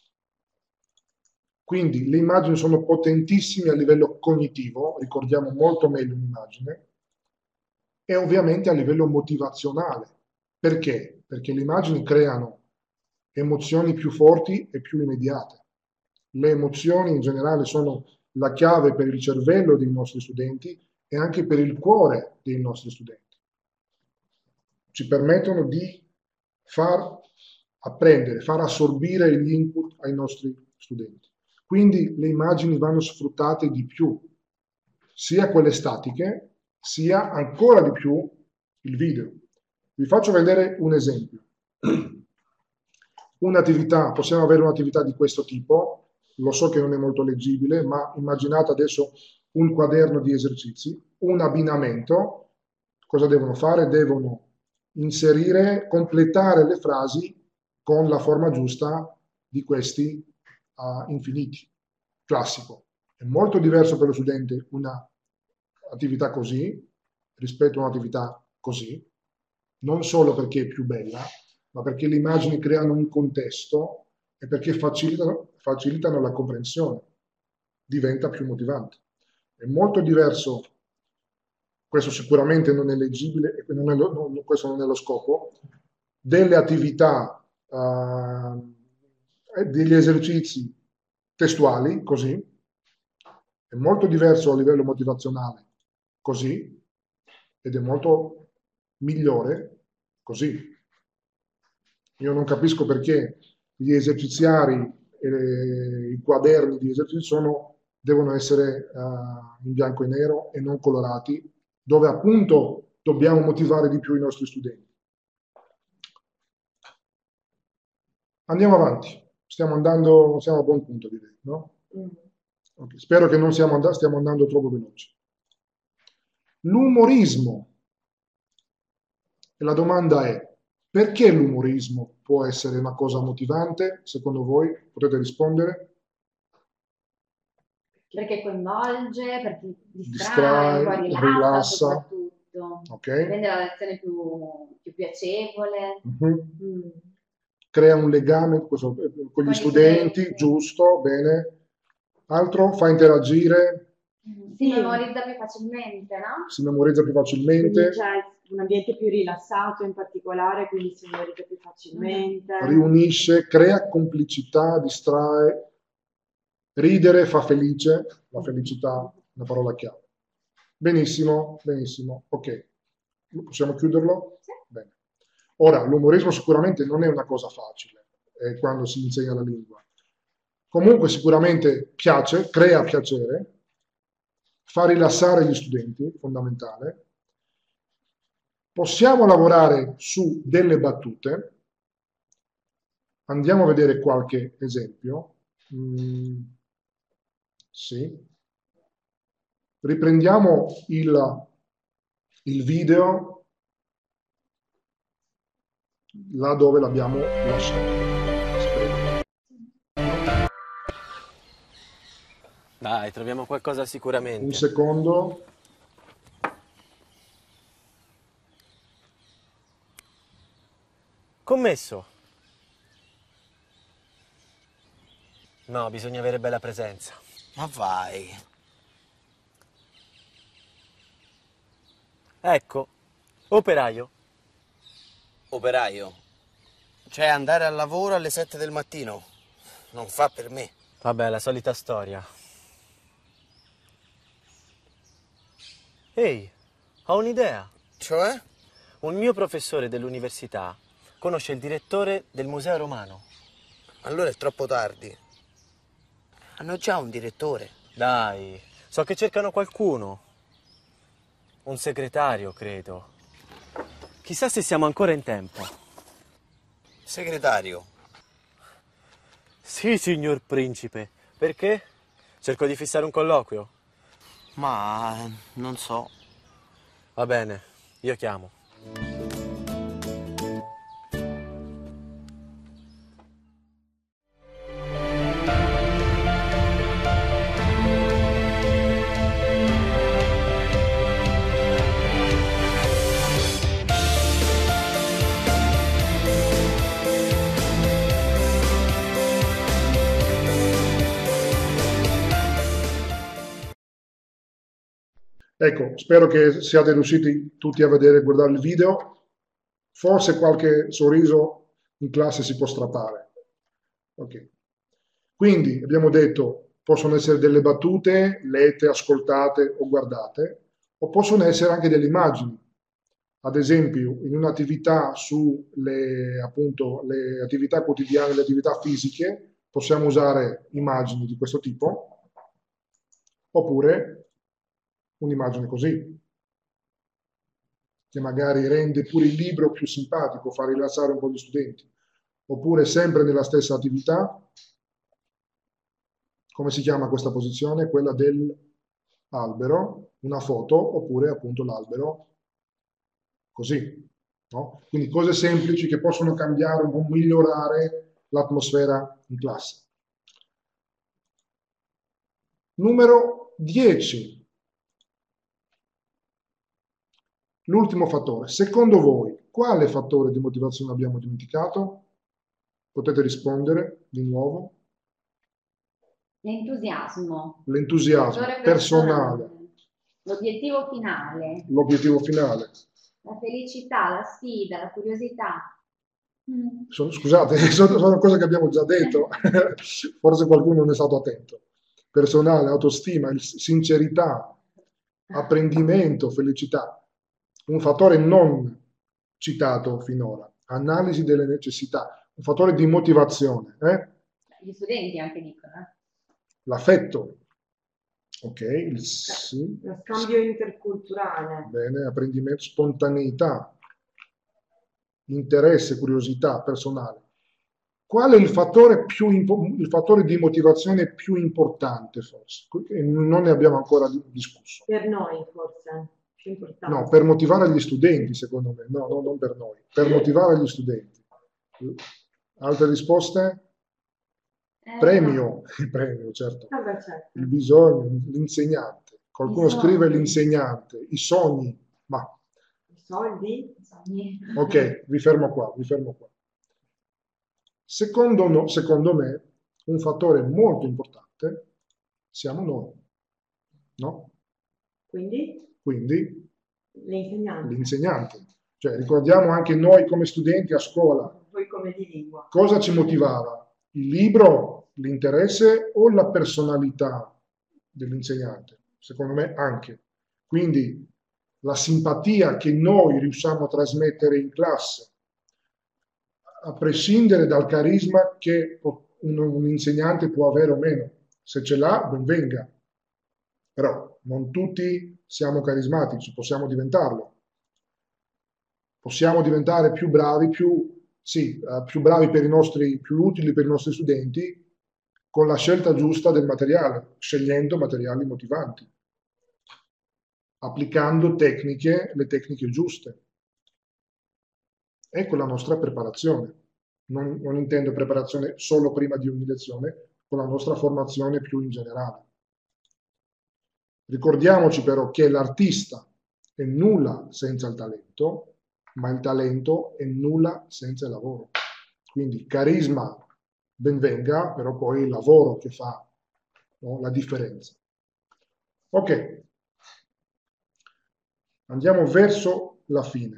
B: Quindi le immagini sono potentissime a livello cognitivo, ricordiamo molto meglio un'immagine, e ovviamente a livello motivazionale. Perché? Perché le immagini creano emozioni più forti e più immediate. Le emozioni in generale sono la chiave per il cervello dei nostri studenti e anche per il cuore dei nostri studenti. Ci permettono di far apprendere, far assorbire gli input ai nostri studenti. Quindi le immagini vanno sfruttate di più, sia quelle statiche, sia ancora di più il video. Vi faccio vedere un esempio. Possiamo avere un'attività di questo tipo, lo so che non è molto leggibile, ma immaginate adesso un quaderno di esercizi, un abbinamento. Cosa devono fare? Devono inserire, completare le frasi con la forma giusta di questi infiniti. Classico. È molto diverso per lo studente un'attività così rispetto a un'attività così, non solo perché è più bella, ma perché le immagini creano un contesto e perché facilitano la comprensione, diventa più motivante. È molto diverso, questo sicuramente non è leggibile e questo non è lo scopo, delle attività, degli esercizi testuali, così, è molto diverso a livello motivazionale, così, ed è molto migliore, così. Io non capisco perché gli eserciziari e i quaderni di esercizi devono essere in bianco e nero e non colorati, dove appunto dobbiamo motivare di più i nostri studenti. Andiamo avanti, siamo a buon punto, direi, no? Okay. Spero che non stiamo andando troppo veloci. L'umorismo. E la domanda è: perché l'umorismo può essere una cosa motivante? Secondo voi potete rispondere?
C: Perché coinvolge, perché distrae, poi rilassa soprattutto.
B: Okay.
C: Rende la lezione più piacevole.
B: Crea un legame con gli studenti, giusto, bene. Altro? Fa interagire.
C: Si memorizza più facilmente, no?
B: Si memorizza più facilmente.
D: Quindi c'è un ambiente più rilassato in particolare, quindi si memorizza più facilmente.
B: Riunisce, crea complicità, distrae. Ridere fa felice, la felicità è una parola chiave. Benissimo, benissimo, ok. Possiamo chiuderlo?
C: Sì.
B: Bene. Ora, l'umorismo sicuramente non è una cosa facile quando si insegna la lingua. Comunque sicuramente piace, crea piacere, fa rilassare gli studenti, fondamentale. Possiamo lavorare su delle battute. Andiamo a vedere qualche esempio. Sì. Riprendiamo il video là dove l'abbiamo lasciato.
F: Dai, troviamo qualcosa sicuramente.
B: Un secondo.
F: Commesso. No, bisogna avere bella presenza.
H: Ma vai.
F: Ecco, operaio.
H: Operaio. Cioè andare al lavoro alle 7 del mattino. Non fa per me.
F: Vabbè, la solita storia. Ehi, ho un'idea.
H: Cioè?
F: Un mio professore dell'università conosce il direttore del Museo Romano.
H: Allora è troppo tardi. Hanno già un direttore.
F: Dai, so che cercano qualcuno. Un segretario, credo. Chissà se siamo ancora in tempo.
H: Segretario.
F: Sì, signor principe. Perché? Cerco di fissare un colloquio?
H: Ma non so.
F: Va bene, io chiamo.
B: Ecco, spero che siate riusciti tutti a vedere e guardare il video. Forse qualche sorriso in classe si può strappare. Ok. Quindi abbiamo detto, possono essere delle battute lette, ascoltate o guardate, o possono essere anche delle immagini. Ad esempio, in un'attività sulle appunto, le attività quotidiane, le attività fisiche, possiamo usare immagini di questo tipo, oppure un'immagine così, che magari rende pure il libro più simpatico, fa rilassare un po' gli studenti. Oppure sempre nella stessa attività, come si chiama questa posizione? Quella dell'albero, una foto, oppure appunto l'albero così. No? Quindi cose semplici che possono cambiare un po', migliorare l'atmosfera in classe. Numero 10. L'ultimo fattore. Secondo voi, quale fattore di motivazione abbiamo dimenticato? Potete rispondere di nuovo.
C: L'entusiasmo.
B: L'entusiasmo
C: Fattore
B: personale.
C: L'obiettivo finale.
B: L'obiettivo finale.
C: La felicità, la sfida, la curiosità.
B: Scusate, sono cose che abbiamo già detto, forse qualcuno non è stato attento. Personale, autostima, sincerità, apprendimento, felicità. Un fattore non citato finora, analisi delle necessità, un fattore di motivazione.
C: Gli studenti anche dicono.
B: L'affetto, ok, sì.
D: Lo scambio interculturale.
B: Bene, apprendimento, spontaneità, interesse, curiosità personale. Qual è il fattore di motivazione più importante, forse? Non ne abbiamo ancora discusso.
D: Per noi, forse, più importante.
B: No, per motivare gli studenti, secondo me. No, non per noi. Per motivare gli studenti. Altre risposte? Premio. Il premio, certo.
D: Certo.
B: Il bisogno, l'insegnante. Qualcuno scrive l'insegnante. I sogni. Ma...
D: I soldi?
B: Ok, vi fermo qua. Secondo me, un fattore molto importante siamo noi, no? Quindi l'insegnante. Cioè, ricordiamo anche noi come studenti a scuola.
D: Voi come di lingua.
B: Cosa ci motivava? Il libro, l'interesse o la personalità dell'insegnante? Secondo me anche. Quindi la simpatia che noi riusciamo a trasmettere in classe, a prescindere dal carisma che un insegnante può avere o meno. Se ce l'ha, ben venga. Però non tutti siamo carismatici, possiamo diventarlo. Possiamo diventare più bravi, più bravi per i nostri, più utili per i nostri studenti con la scelta giusta del materiale, scegliendo materiali motivanti, applicando le tecniche giuste. Ecco la nostra preparazione. Non intendo preparazione solo prima di ogni lezione, con la nostra formazione più in generale. Ricordiamoci però che l'artista è nulla senza il talento, ma il talento è nulla senza il lavoro. Quindi carisma ben venga, però poi il lavoro che fa, no, la differenza. Ok, andiamo verso la fine.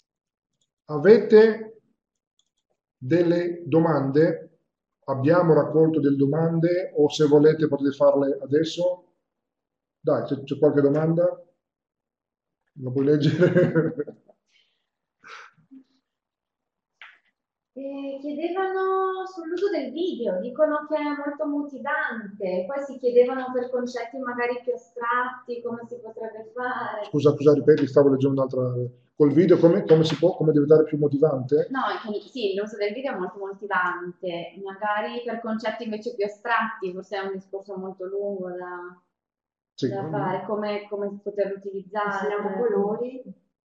B: Avete delle domande? Abbiamo raccolto delle domande o se volete potete farle adesso? Dai, c'è qualche domanda? La puoi leggere?
C: E chiedevano sull'uso del video, dicono che è molto motivante, poi si chiedevano per concetti magari più astratti come si potrebbe fare.
B: Scusa, ripeti, stavo leggendo un'altra. Col video come si può, come diventare più motivante?
C: No, sì, l'uso del video è molto motivante, magari per concetti invece più astratti, forse è un discorso molto lungo da
B: Sì.
C: fare, come poterlo utilizzare.
D: Insegniamo colori.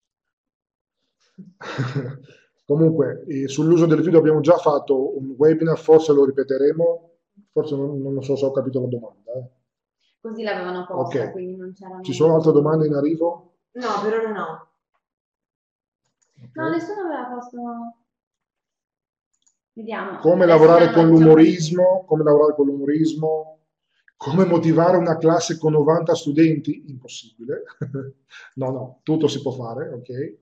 B: Comunque, sull'uso del video abbiamo già fatto un webinar, forse lo ripeteremo, forse non so se ho capito la domanda.
C: Così l'avevano posta,
B: Ok.
C: quindi non c'era
B: Ci sono altre domande in arrivo?
D: No, per ora no.
C: No, nessuno aveva posto. Vediamo.
B: Come
C: Adesso
B: lavorare
C: abbiamo
B: con
C: già-
B: l'umorismo? Come lavorare con l'umorismo? Come motivare una classe con 90 studenti? Impossibile. No, tutto si può fare, ok?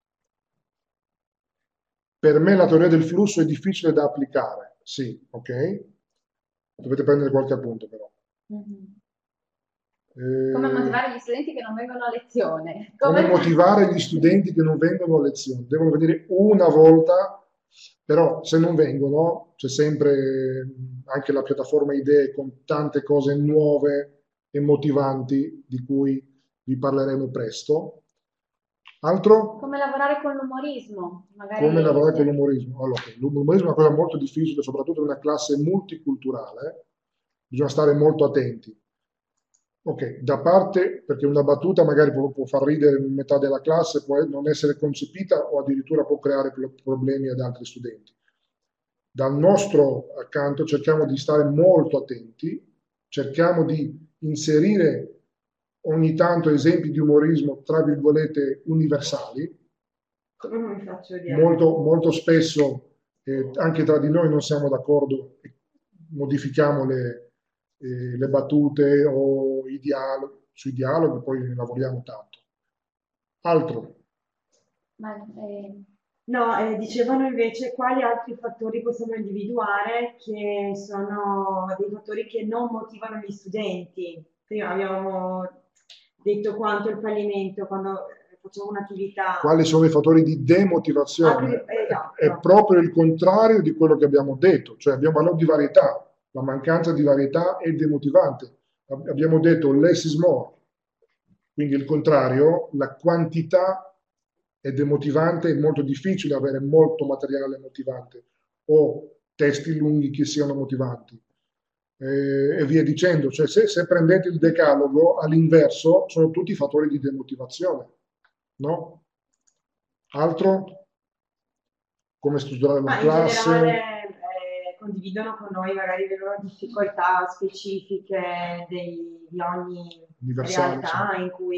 B: Per me la teoria del flusso è difficile da applicare, sì, ok? Dovete prendere qualche appunto però.
C: Mhm.
B: Eh,
C: Come motivare gli studenti che non vengono a lezione?
B: come motivare gli studenti che non vengono a lezione? Devono venire una volta, però se non vengono c'è sempre anche la piattaforma Idee con tante cose nuove e motivanti di cui vi parleremo presto. Altro?
C: Come lavorare con l'umorismo? Magari
B: Come lavorare con l'umorismo? Allora, l'umorismo è una cosa molto difficile, soprattutto in una classe multiculturale, bisogna stare molto attenti. Ok, da parte, perché una battuta magari può far ridere metà della classe, può non essere concepita o addirittura può creare problemi ad altri studenti. Dal nostro accanto cerchiamo di stare molto attenti, cerchiamo di inserire ogni tanto esempi di umorismo, tra virgolette, universali.
D: Come mi faccio dire?
B: Molto spesso anche tra di noi non siamo d'accordo, modifichiamo le battute o sui dialoghi, poi lavoriamo tanto. Altro?
D: No, dicevano invece quali altri fattori possiamo individuare che sono dei fattori che non motivano gli studenti. Prima abbiamo detto quanto il fallimento, quando facciamo un'attività.
B: Quali sono i fattori di demotivazione?
D: Esatto.
B: È proprio il contrario di quello che abbiamo detto, cioè abbiamo parlato di varietà, la mancanza di varietà è demotivante. Abbiamo detto less is more, quindi il contrario, la quantità è demotivante, è molto difficile avere molto materiale motivante o testi lunghi che siano motivanti. E via dicendo, cioè se prendete il decalogo all'inverso sono tutti fattori di demotivazione, no? Altro? Come strutturare una classe?
D: In generale condividono con noi magari le loro difficoltà specifiche di ogni realtà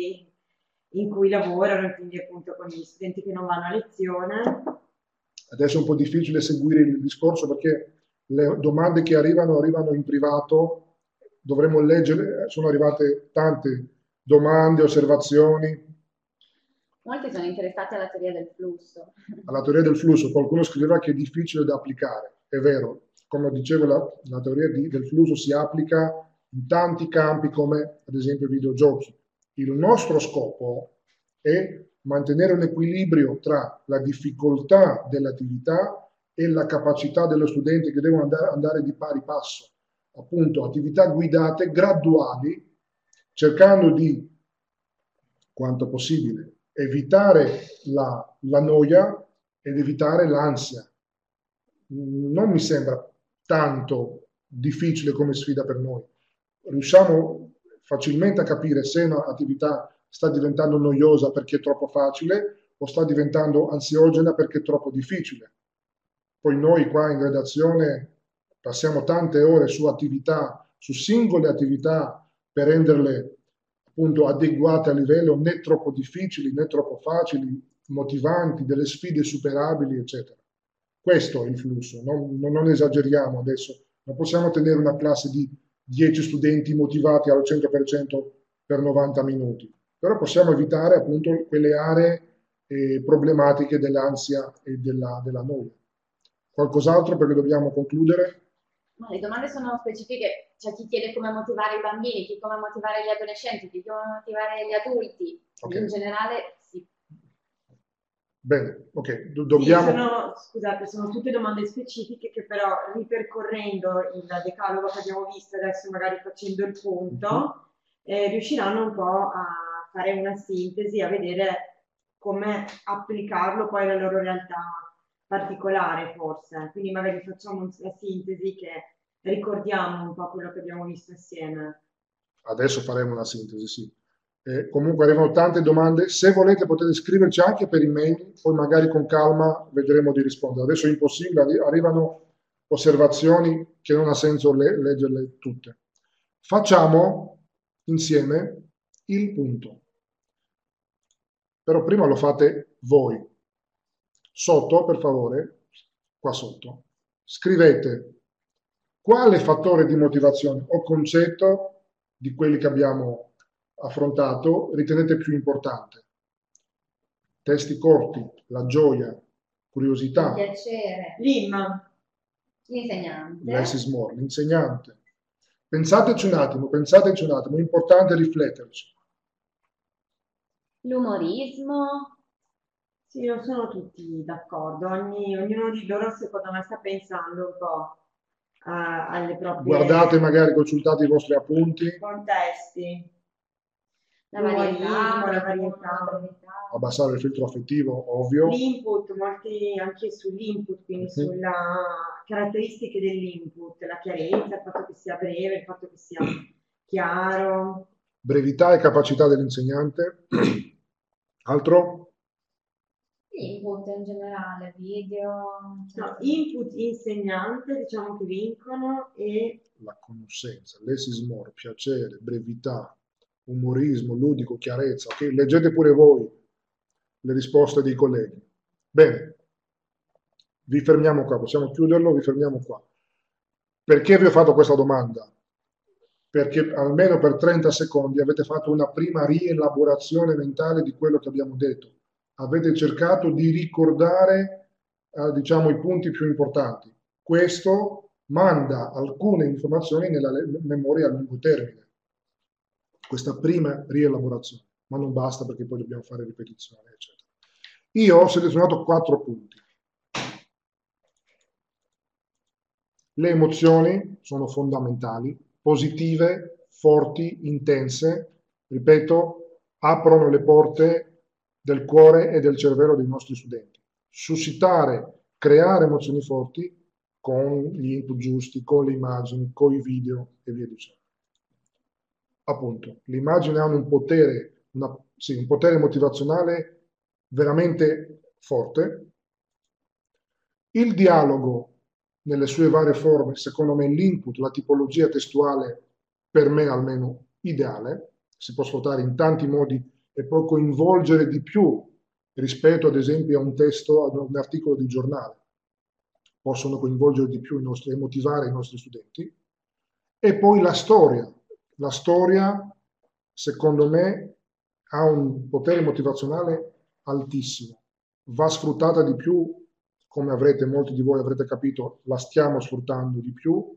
D: in cui lavorano, quindi appunto con gli studenti che non vanno a lezione.
B: Adesso è un po' difficile seguire il discorso perché le domande che arrivano in privato, dovremmo leggere, sono arrivate tante domande, osservazioni.
C: Molti sono interessati alla teoria del flusso.
B: Alla teoria del flusso, qualcuno scriveva che è difficile da applicare, è vero, come dicevo la teoria del flusso si applica in tanti campi come ad esempio i videogiochi. Il nostro scopo è mantenere un equilibrio tra la difficoltà dell'attività e la capacità dello studente che deve andare di pari passo. Appunto, attività guidate, graduali, cercando di, quanto possibile, evitare la noia ed evitare l'ansia. Non mi sembra tanto difficile come sfida per noi. Riusciamo facilmente a capire se un'attività sta diventando noiosa perché è troppo facile o sta diventando ansiogena perché è troppo difficile. Poi noi qua in redazione passiamo tante ore su attività, su singole attività per renderle appunto adeguate a livello né troppo difficili né troppo facili, motivanti, delle sfide superabili, eccetera. Questo è il flusso, non esageriamo adesso, non possiamo tenere una classe di 10 studenti motivati al 100% per 90 minuti, però possiamo evitare appunto quelle aree problematiche dell'ansia e della noia. Qualcos'altro perché dobbiamo concludere?
C: Ma le domande sono specifiche, c'è chi chiede come motivare i bambini, chi come motivare gli adolescenti, chi come motivare gli adulti,
B: Okay.
C: in generale sì.
B: Bene, ok,
D: Sì,
B: dobbiamo...
D: scusate, sono tutte domande specifiche che però ripercorrendo il decalogo che abbiamo visto adesso, magari facendo il punto, riusciranno un po' a fare una sintesi, a vedere come applicarlo poi alla loro realtà particolare forse. Quindi magari facciamo una sintesi che ricordiamo un po' quello che abbiamo visto assieme.
B: Adesso faremo una sintesi, sì. Comunque arrivano tante domande, se volete potete scriverci anche per email, poi magari con calma vedremo di rispondere. Adesso è impossibile, arrivano osservazioni che non ha senso leggerle tutte. Facciamo insieme il punto, però prima lo fate voi. Sotto, per favore, qua sotto, scrivete quale fattore di motivazione o concetto di quelli che abbiamo affrontato ritenete più importante. Testi corti, la gioia,
C: Il
B: curiosità,
C: piacere, l'insegnante,
B: less is more, l'insegnante. Pensateci un attimo, è importante rifletterci.
C: l'umorismo,
D: Sì, non sono tutti d'accordo, ognuno di loro secondo me sta pensando un po' alle proprie
B: Guardate, magari consultate i vostri appunti,
D: contesti,
C: la
D: l'umorismo,
C: varietà,
D: la
C: la
D: varietà,
C: brevità.
B: abbassare il filtro affettivo, ovvio.
D: l'input, molti anche sull'input, quindi sulle caratteristiche dell'input, la chiarezza, il fatto che sia breve, il fatto che sia chiaro.
B: Brevità e capacità dell'insegnante. Altro?
C: Input in generale, video,
D: No, input insegnante, diciamo che vincono e
B: La conoscenza, less is more, piacere, brevità, umorismo, ludico, chiarezza. Ok? Leggete pure voi le risposte dei colleghi. Bene, vi fermiamo qua, possiamo chiuderlo, vi fermiamo qua. Perché vi ho fatto questa domanda? Perché almeno per 30 secondi avete fatto una prima rielaborazione mentale di quello che abbiamo detto. Avete cercato di ricordare, diciamo, i punti più importanti. Questo manda alcune informazioni nella memoria a lungo termine. Questa prima rielaborazione, ma non basta perché poi dobbiamo fare ripetizione, eccetera. Io ho selezionato 4 punti. Le emozioni sono fondamentali, positive, forti, intense, ripeto, aprono le porte del cuore e del cervello dei nostri studenti. Suscitare, creare emozioni forti con gli input giusti, con le immagini, con i video e via dicendo. Appunto, le immagini hanno un potere, un potere motivazionale veramente forte. Il dialogo nelle sue varie forme, secondo me l'input, la tipologia testuale, per me almeno ideale, si può sfruttare in tanti modi e può coinvolgere di più rispetto ad esempio a un testo, ad un articolo di giornale. Possono coinvolgere di più e motivare i nostri studenti. E poi la storia. La storia, secondo me, ha un potere motivazionale altissimo. Va sfruttata di più, come molti di voi avrete capito, la stiamo sfruttando di più,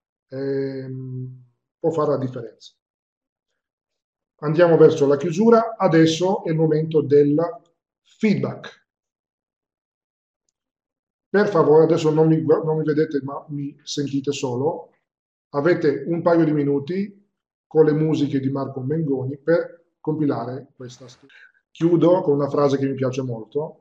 B: può fare la differenza. Andiamo verso la chiusura, adesso è il momento del feedback. Per favore, adesso non mi vedete ma mi sentite solo, avete un paio di minuti con le musiche di Marco Mengoni per compilare questa storia. Chiudo con una frase che mi piace molto.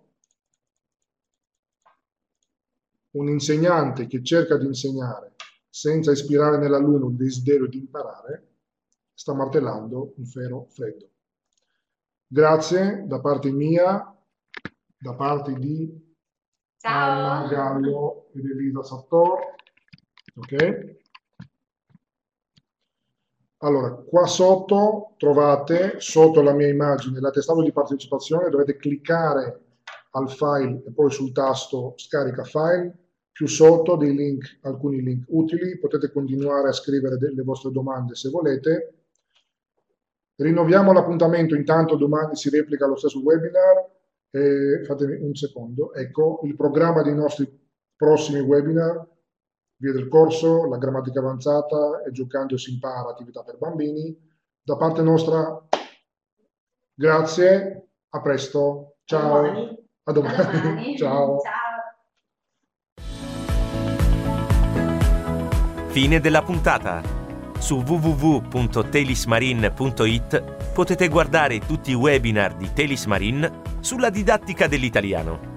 B: Un insegnante che cerca di insegnare senza ispirare nell'alunno il desiderio di imparare sta martellando un ferro freddo. Grazie da parte mia, da parte di Anna Gallo ed Elisa Sartor. Ok? Allora, qua sotto trovate, sotto la mia immagine, la testata di partecipazione, dovete cliccare al file e poi sul tasto scarica file, più sotto dei link, alcuni link utili, potete continuare a scrivere le vostre domande se volete. Rinnoviamo l'appuntamento, intanto domani si replica lo stesso webinar, fatemi un secondo, ecco il programma dei nostri prossimi webinar. Via del corso, la grammatica avanzata e giocando si impara, attività per bambini. Da parte nostra, grazie, a presto, ciao. A domani. Ciao.
C: Ciao.
A: Fine della puntata. Su www.telismarine.it potete guardare tutti i webinar di Telis Marine sulla didattica dell'italiano.